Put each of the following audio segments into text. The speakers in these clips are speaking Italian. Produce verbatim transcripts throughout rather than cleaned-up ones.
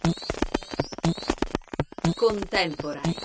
Contemporanea.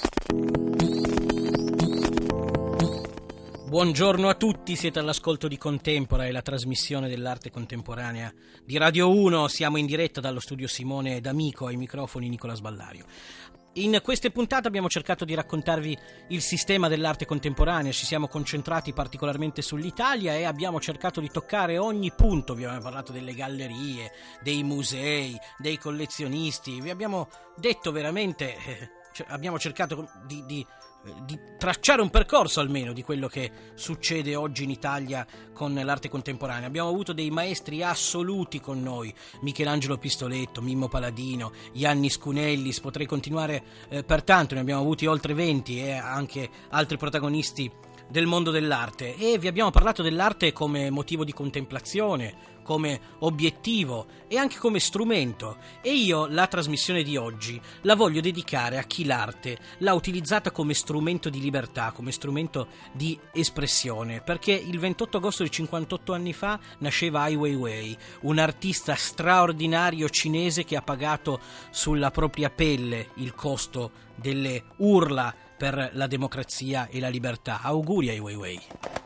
Buongiorno a tutti, siete all'ascolto di Contemporanea, la trasmissione dell'arte contemporanea di Radio uno. Siamo in diretta dallo studio Simone D'Amico, ai microfoni Nicola Sballario. In queste puntate abbiamo cercato di raccontarvi il sistema dell'arte contemporanea, ci siamo concentrati particolarmente sull'Italia e abbiamo cercato di toccare ogni punto. Vi abbiamo parlato delle gallerie, dei musei, dei collezionisti, vi abbiamo detto veramente, eh, cioè abbiamo cercato di, di, di tracciare un percorso almeno di quello che succede oggi in Italia con l'arte contemporanea. Abbiamo avuto dei maestri assoluti con noi, Michelangelo Pistoletto, Mimmo Paladino, Iannis Kounellis, potrei continuare eh, per tanto, ne abbiamo avuti oltre venti e anche altri protagonisti del mondo dell'arte, e vi abbiamo parlato dell'arte come motivo di contemplazione, come obiettivo e anche come strumento. E io la trasmissione di oggi la voglio dedicare a chi l'arte l'ha utilizzata come strumento di libertà, come strumento di espressione, perché il ventotto agosto di cinquantotto anni fa nasceva Ai Weiwei, un artista straordinario cinese che ha pagato sulla propria pelle il costo delle urla per la democrazia e la libertà. Auguri Ai Weiwei.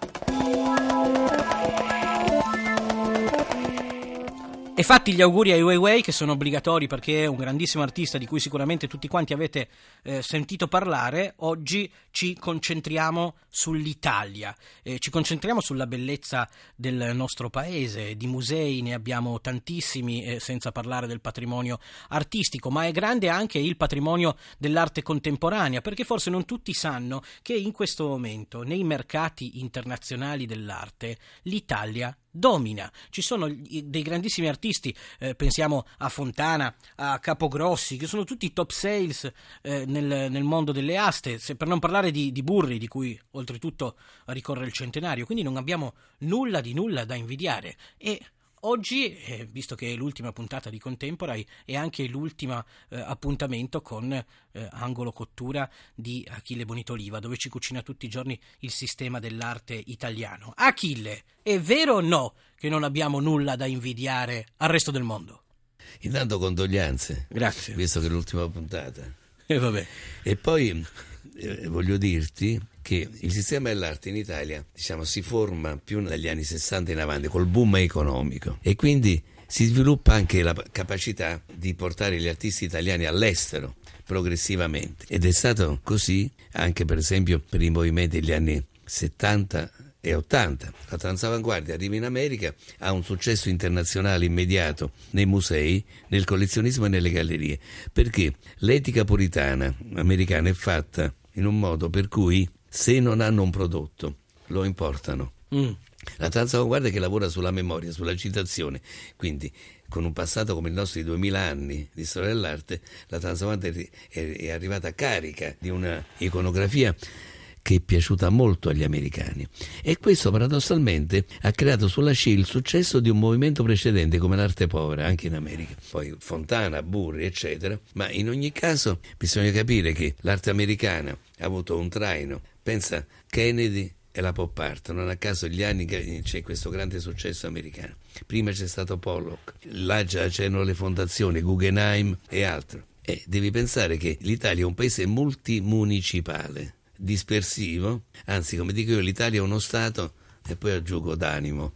E fatti gli auguri ai Weiwei, che sono obbligatori perché è un grandissimo artista di cui sicuramente tutti quanti avete eh, sentito parlare, oggi ci concentriamo sull'Italia, eh, ci concentriamo sulla bellezza del nostro paese. Di musei ne abbiamo tantissimi, eh, senza parlare del patrimonio artistico, ma è grande anche il patrimonio dell'arte contemporanea, perché forse non tutti sanno che in questo momento nei mercati internazionali dell'arte l'Italia domina. Ci sono dei grandissimi artisti, eh, pensiamo a Fontana, a Capogrossi, che sono tutti top sales eh, nel, nel mondo delle aste, se, per non parlare di, di Burri, di cui oltretutto ricorre il centenario. Quindi non abbiamo nulla di nulla da invidiare. E oggi, eh, visto che è l'ultima puntata di Contemporary, è anche l'ultimo eh, appuntamento con eh, Angolo Cottura di Achille Bonitoliva, dove ci cucina tutti i giorni il sistema dell'arte italiano. Achille, è vero o no che non abbiamo nulla da invidiare al resto del mondo? Intanto condoglianze. Grazie. Visto che è l'ultima puntata. E vabbè. E poi eh, voglio dirti che il sistema dell'arte in Italia, diciamo, si forma più dagli anni sessanta in avanti col boom economico, e quindi si sviluppa anche la capacità di portare gli artisti italiani all'estero progressivamente, ed è stato così anche per esempio per i movimenti degli anni settanta e ottanta. La transavanguardia arriva in America, ha un successo internazionale immediato nei musei, nel collezionismo e nelle gallerie, perché l'etica puritana americana è fatta in un modo per cui se non hanno un prodotto lo importano. Mm. La transavanguardia che lavora sulla memoria, sulla citazione, quindi con un passato come il nostro di duemila anni di storia dell'arte, la transavanguardia è, è arrivata carica di una iconografia che è piaciuta molto agli americani, e questo paradossalmente ha creato sulla scia il successo di un movimento precedente come l'arte povera anche in America, poi Fontana, Burri eccetera. Ma in ogni caso bisogna capire che l'arte americana ha avuto un traino. Pensa Kennedy e la pop art, non a caso gli anni che c'è questo grande successo americano. Prima c'è stato Pollock, là già c'erano le fondazioni Guggenheim e altro, e devi pensare che l'Italia è un paese multimunicipale, dispersivo, anzi, come dico io, l'Italia è uno stato e poi aggiungo d'animo.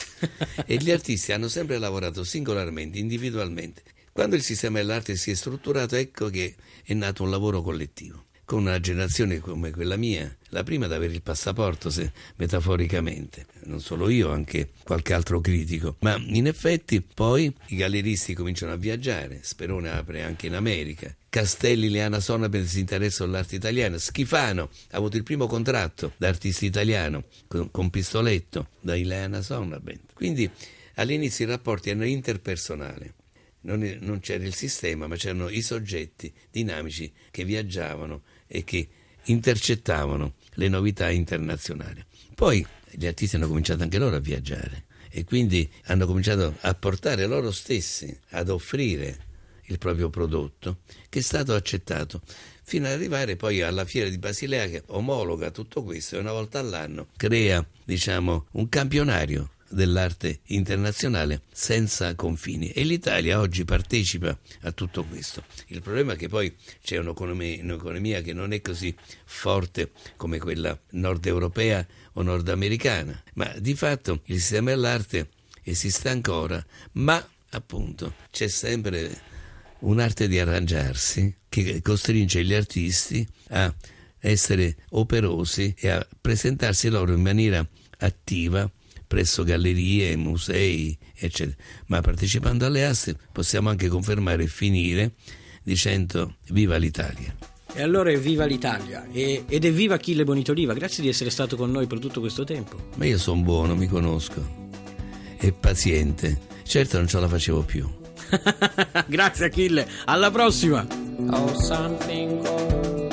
E gli artisti hanno sempre lavorato singolarmente, individualmente. Quando il sistema dell'arte si è strutturato, ecco che è nato un lavoro collettivo, con una generazione come quella mia, la prima ad avere il passaporto, se metaforicamente, non solo io, anche qualche altro critico. Ma in effetti poi i galleristi cominciano a viaggiare, Sperone apre anche in America, Castelli, Leana Sonabend si interessano all'arte italiana, Schifano ha avuto il primo contratto da artista italiano con, con Pistoletto da Leana Sonabend. Quindi all'inizio i rapporti erano interpersonali. Non, non c'era il sistema, ma c'erano i soggetti dinamici che viaggiavano e che intercettavano le novità internazionali. Poi gli artisti hanno cominciato anche loro a viaggiare, e quindi hanno cominciato a portare loro stessi ad offrire il proprio prodotto, che è stato accettato, fino ad arrivare poi alla Fiera di Basilea, che omologa tutto questo e una volta all'anno crea, diciamo, un campionario dell'arte internazionale senza confini, e l'Italia oggi partecipa a tutto questo. Il problema è che poi c'è un'economia, un'economia che non è così forte come quella nord europea o nordamericana, ma di fatto il sistema dell'arte esiste ancora, ma appunto c'è sempre un'arte di arrangiarsi che costringe gli artisti a essere operosi e a presentarsi loro in maniera attiva presso gallerie, musei, eccetera. Ma partecipando alle aste possiamo anche confermare e finire dicendo viva l'Italia. E allora è viva l'Italia e, ed è viva Achille Bonito-Oliva. Grazie di essere stato con noi per tutto questo tempo. Ma io sono buono, mi conosco, e paziente. Certo non ce la facevo più. Grazie Achille, alla prossima. Oh, something good.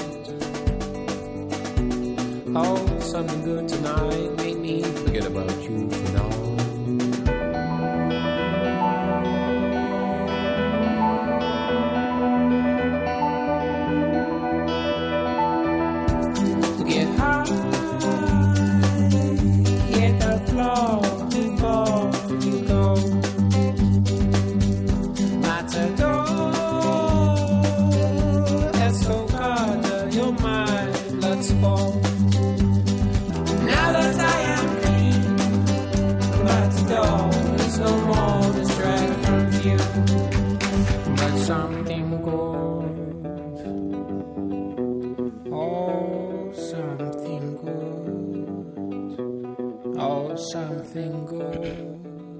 Oh, something good tonight. Make me forget about you for now. To get high, hit the floor before you go. Now that I am clean, but the door is no more distract from you. But something good, oh something good, oh something good,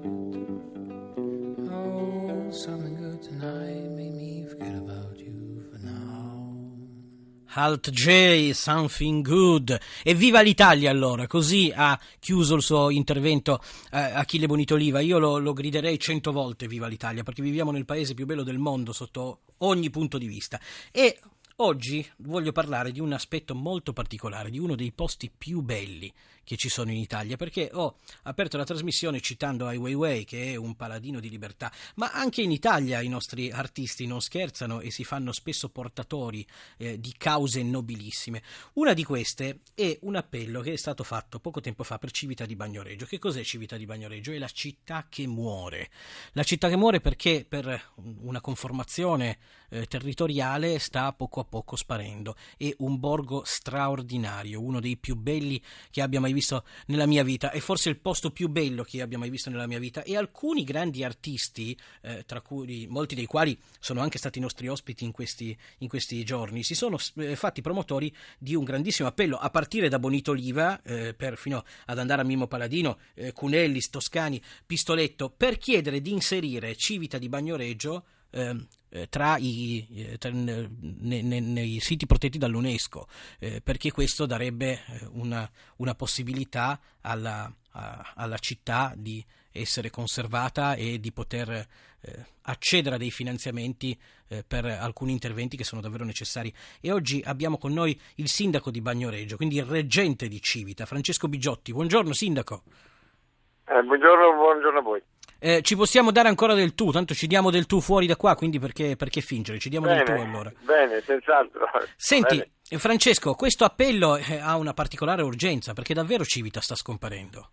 oh something good tonight. Make me forget about you for now. Alt J, Something Good. E viva l'Italia allora, così ha chiuso il suo intervento eh, Achille Bonito-Oliva. Io lo, lo griderei cento volte viva l'Italia, perché viviamo nel paese più bello del mondo sotto ogni punto di vista. E oggi voglio parlare di un aspetto molto particolare, di uno dei posti più belli che ci sono in Italia, perché ho aperto la trasmissione citando Ai Weiwei, che è un paladino di libertà, ma anche in Italia i nostri artisti non scherzano e si fanno spesso portatori eh, di cause nobilissime. Una di queste è un appello che è stato fatto poco tempo fa per Civita di Bagnoregio. Che cos'è Civita di Bagnoregio? È la città che muore. La città che muore perché per una conformazione eh, territoriale sta poco a poco sparendo. È un borgo straordinario, uno dei più belli che abbia mai visto nella mia vita, è forse il posto più bello che abbia mai visto nella mia vita, e alcuni grandi artisti, eh, tra cui molti dei quali sono anche stati nostri ospiti in questi, in questi giorni, si sono eh, fatti promotori di un grandissimo appello, a partire da Bonito-Oliva eh, per, fino ad andare a Mimmo Paladino, eh, Cunellis, Toscani, Pistoletto, per chiedere di inserire Civita di Bagnoregio eh, tra i eh, tra, ne, ne, nei siti protetti dall'UNESCO, eh, perché questo darebbe una, una possibilità alla, a, alla città di essere conservata e di poter eh, accedere a dei finanziamenti eh, per alcuni interventi che sono davvero necessari. E oggi abbiamo con noi il sindaco di Bagnoregio, quindi il reggente di Civita, Francesco Bigiotti. Buongiorno sindaco. Eh, buongiorno, buongiorno a voi. Eh, ci possiamo dare ancora del tu, tanto ci diamo del tu fuori da qua, quindi perché, perché fingere? Ci diamo bene, del tu allora. Bene, senz'altro. Senti, bene. Francesco, questo appello eh, ha una particolare urgenza, perché davvero Civita sta scomparendo.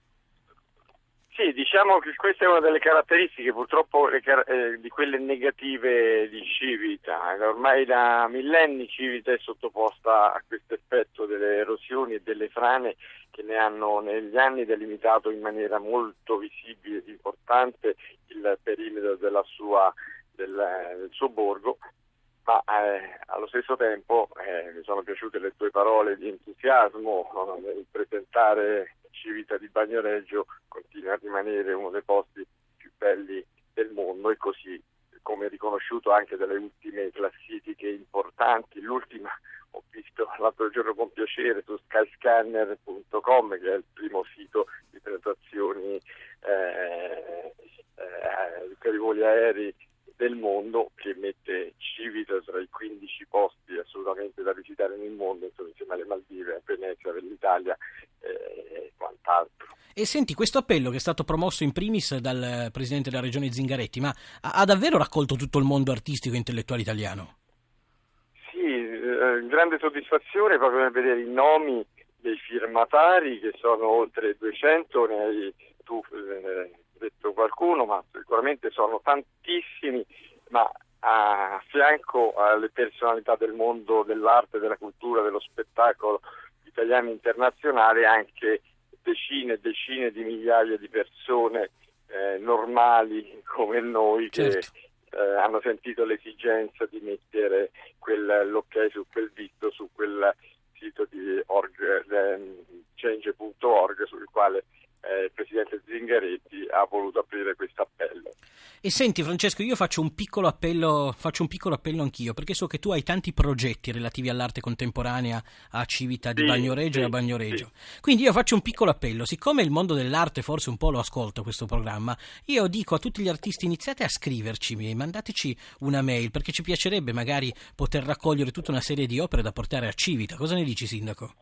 Sì, diciamo che questa è una delle caratteristiche purtroppo le car- eh, di quelle negative di Civita. Ormai da millenni Civita è sottoposta a questo effetto delle erosioni e delle frane che ne hanno negli anni delimitato in maniera molto visibile ed importante il perimetro della sua, del, del suo borgo, ma eh, allo stesso tempo eh, mi sono piaciute le tue parole di entusiasmo nel presentare Civita di Bagnoregio. Continua a rimanere uno dei posti più belli del mondo, e così come riconosciuto anche dalle ultime classifiche importanti. L'ultima ho visto l'altro giorno con piacere su skyscanner punto com, che è il primo sito di prenotazioni eh, eh, per i voli aerei del mondo, che mette Civita tra i quindici posti assolutamente da visitare nel mondo, insomma, insieme alle Maldive, a Venezia, dell'Italia eh, e quant'altro. E senti, questo appello che è stato promosso in primis dal presidente della regione Zingaretti, ma ha, ha davvero raccolto tutto il mondo artistico e intellettuale italiano? Sì, eh, grande soddisfazione proprio nel vedere i nomi dei firmatari, che sono oltre duecento, ne hai tu eh, detto qualcuno, ma sicuramente sono tantissimi, ma a fianco alle personalità del mondo dell'arte, della cultura, dello spettacolo italiano e internazionale, anche decine e decine di migliaia di persone eh, normali come noi che certo. eh, hanno sentito l'esigenza di mettere quel, l'ok su quel dito, su quel sito di org, eh, change punto org, sul quale eh, il presidente Zingaretti ha voluto aprire questo appello. E senti Francesco, io faccio un piccolo appello, faccio un piccolo appello anch'io, perché so che tu hai tanti progetti relativi all'arte contemporanea a Civita di Sì, Bagnoregio sì, e a Bagnoregio. sì. Quindi io faccio un piccolo appello, siccome il mondo dell'arte forse un po' lo ascolta questo programma, io dico a tutti gli artisti: iniziate a scriverci, mandateci una mail, perché ci piacerebbe magari poter raccogliere tutta una serie di opere da portare a Civita. Cosa ne dici, Sindaco?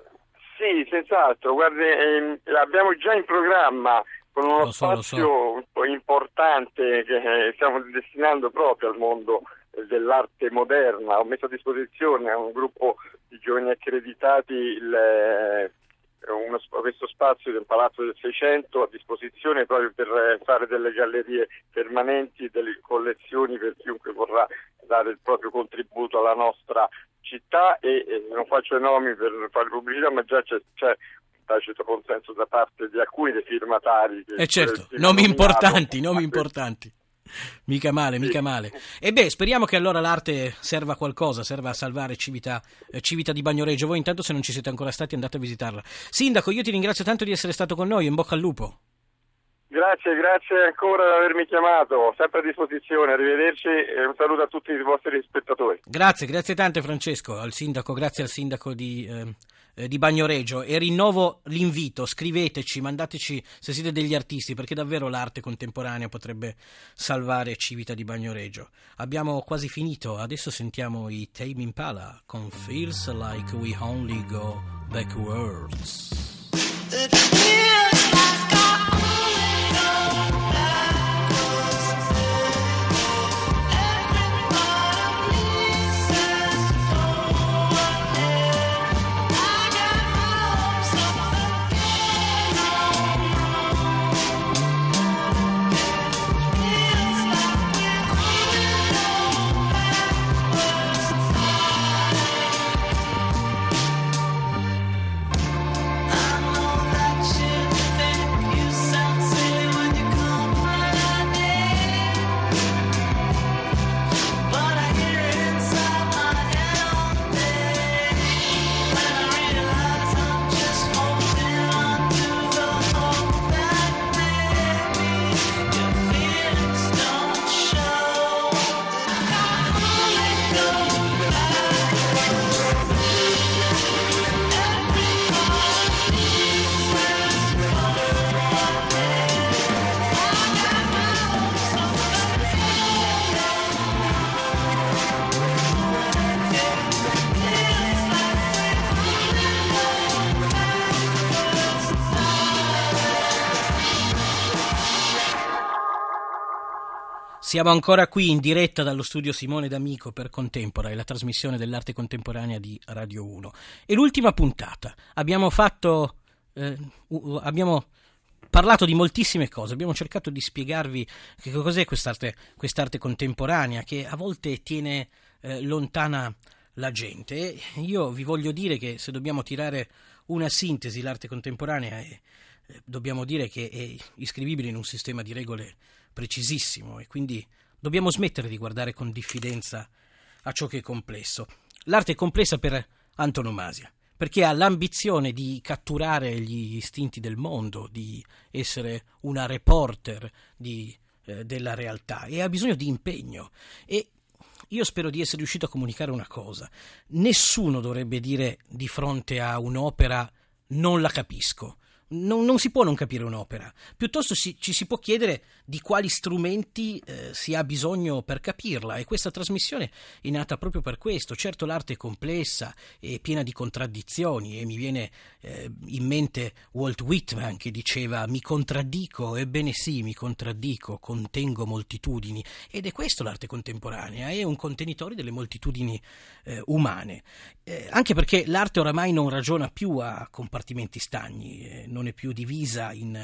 Sì, senz'altro. Guardi, ehm, abbiamo già in programma con uno Lo so, lo spazio importante che eh, stiamo destinando proprio al mondo eh, dell'arte moderna. Ho messo a disposizione a un gruppo di giovani accreditati il, eh, uno, questo spazio del Palazzo del Seicento a disposizione proprio per eh, fare delle gallerie permanenti, delle collezioni per chiunque vorrà dare il proprio contributo alla nostra città, e, e non faccio i nomi per fare pubblicità, ma già c'è, c'è tacito consenso da parte di alcuni dei firmatari. Che Eh certo, che nomi importanti, nominato, nomi importanti. Mica male, mica male. E beh, speriamo che allora l'arte serva a qualcosa, serva a salvare Civita, eh, Civita di Bagnoregio. Voi intanto, se non ci siete ancora stati, andate a visitarla. Sindaco, io ti ringrazio tanto di essere stato con noi, in bocca al lupo. Grazie, grazie ancora di avermi chiamato, sempre a disposizione, arrivederci e un saluto a tutti i vostri spettatori. Grazie, grazie tante Francesco, al sindaco, grazie al sindaco di, eh, eh, di Bagnoregio, e rinnovo l'invito: scriveteci, mandateci se siete degli artisti, perché davvero l'arte contemporanea potrebbe salvare Civita di Bagnoregio. Abbiamo quasi finito, adesso sentiamo i Tame Impala con Feels Like We Only Go Backwards. It feels like I only go backwards. Everybody says go ahead. I got hopes of forgetting all. It feels like we only go backwards. I know that you think you sound silly when you call my name, but I hear it inside my head all day. When I realize I'm just holding on to the hope that maybe your feelings don't show. I only go backwards. Siamo ancora qui in diretta dallo studio Simone D'Amico per Contempora, e la trasmissione dell'arte contemporanea di Radio uno. E l'ultima puntata. Abbiamo fatto, eh, uh, abbiamo parlato di moltissime cose, abbiamo cercato di spiegarvi che cos'è quest'arte, quest'arte contemporanea che a volte tiene eh, lontana la gente. E io vi voglio dire che se dobbiamo tirare una sintesi, l'arte contemporanea è, eh, dobbiamo dire che è iscrivibile in un sistema di regole precisissimo, e quindi dobbiamo smettere di guardare con diffidenza a ciò che è complesso. L'arte è complessa per antonomasia, perché ha l'ambizione di catturare gli istinti del mondo, di essere una reporter di, eh, della realtà, e ha bisogno di impegno. E io spero di essere riuscito a comunicare una cosa: nessuno dovrebbe dire di fronte a un'opera non la capisco. Non, non si può non capire un'opera, piuttosto si, ci si può chiedere di quali strumenti eh, si ha bisogno per capirla, e questa trasmissione è nata proprio per questo. Certo, l'arte è complessa e piena di contraddizioni, e mi viene eh, in mente Walt Whitman che diceva: mi contraddico, ebbene sì, mi contraddico, contengo moltitudini. Ed è questo l'arte contemporanea, è un contenitore delle moltitudini eh, umane, eh, anche perché l'arte oramai non ragiona più a compartimenti stagni, eh, non è più divisa in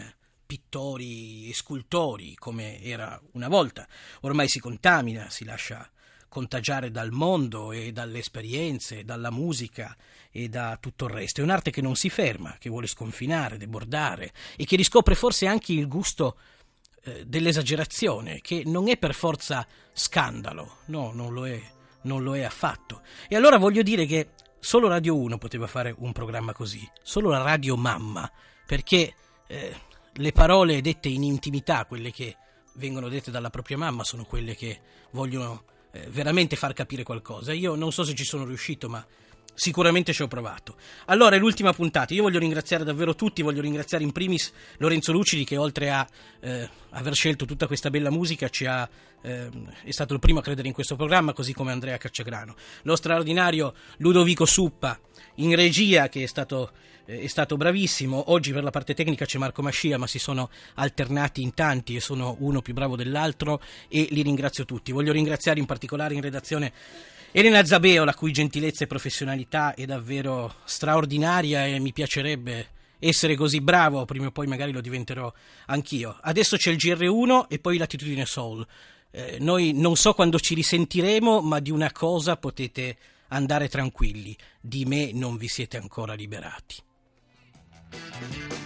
pittori e scultori come era una volta. Ormai si contamina, si lascia contagiare dal mondo e dalle esperienze, dalla musica e da tutto il resto. È un'arte che non si ferma, che vuole sconfinare, debordare e che riscopre forse anche il gusto eh, dell'esagerazione, che non è per forza scandalo, no, non lo è, non lo è affatto. E allora voglio dire che solo Radio uno poteva fare un programma così, solo la Radio Mamma, perché eh, le parole dette in intimità, quelle che vengono dette dalla propria mamma, sono quelle che vogliono eh, veramente far capire qualcosa. Io non so se ci sono riuscito, ma sicuramente ci ho provato. Allora è l'ultima puntata. Io voglio ringraziare davvero tutti, voglio ringraziare in primis Lorenzo Lucidi, che oltre a eh, aver scelto tutta questa bella musica ci ha, eh, è stato il primo a credere in questo programma, così come Andrea Cacciagrano. Lo straordinario Ludovico Suppa in regia, che è stato è stato bravissimo. Oggi per la parte tecnica c'è Marco Mascia, ma si sono alternati in tanti e sono uno più bravo dell'altro, e li ringrazio tutti. Voglio ringraziare in particolare in redazione Elena Zabeo, la cui gentilezza e professionalità è davvero straordinaria, e mi piacerebbe essere così bravo, prima o poi magari lo diventerò anch'io. Adesso c'è il G R uno e poi Latitudine Soul. Eh, noi non so quando ci risentiremo, ma di una cosa potete andare tranquilli: di me non vi siete ancora liberati.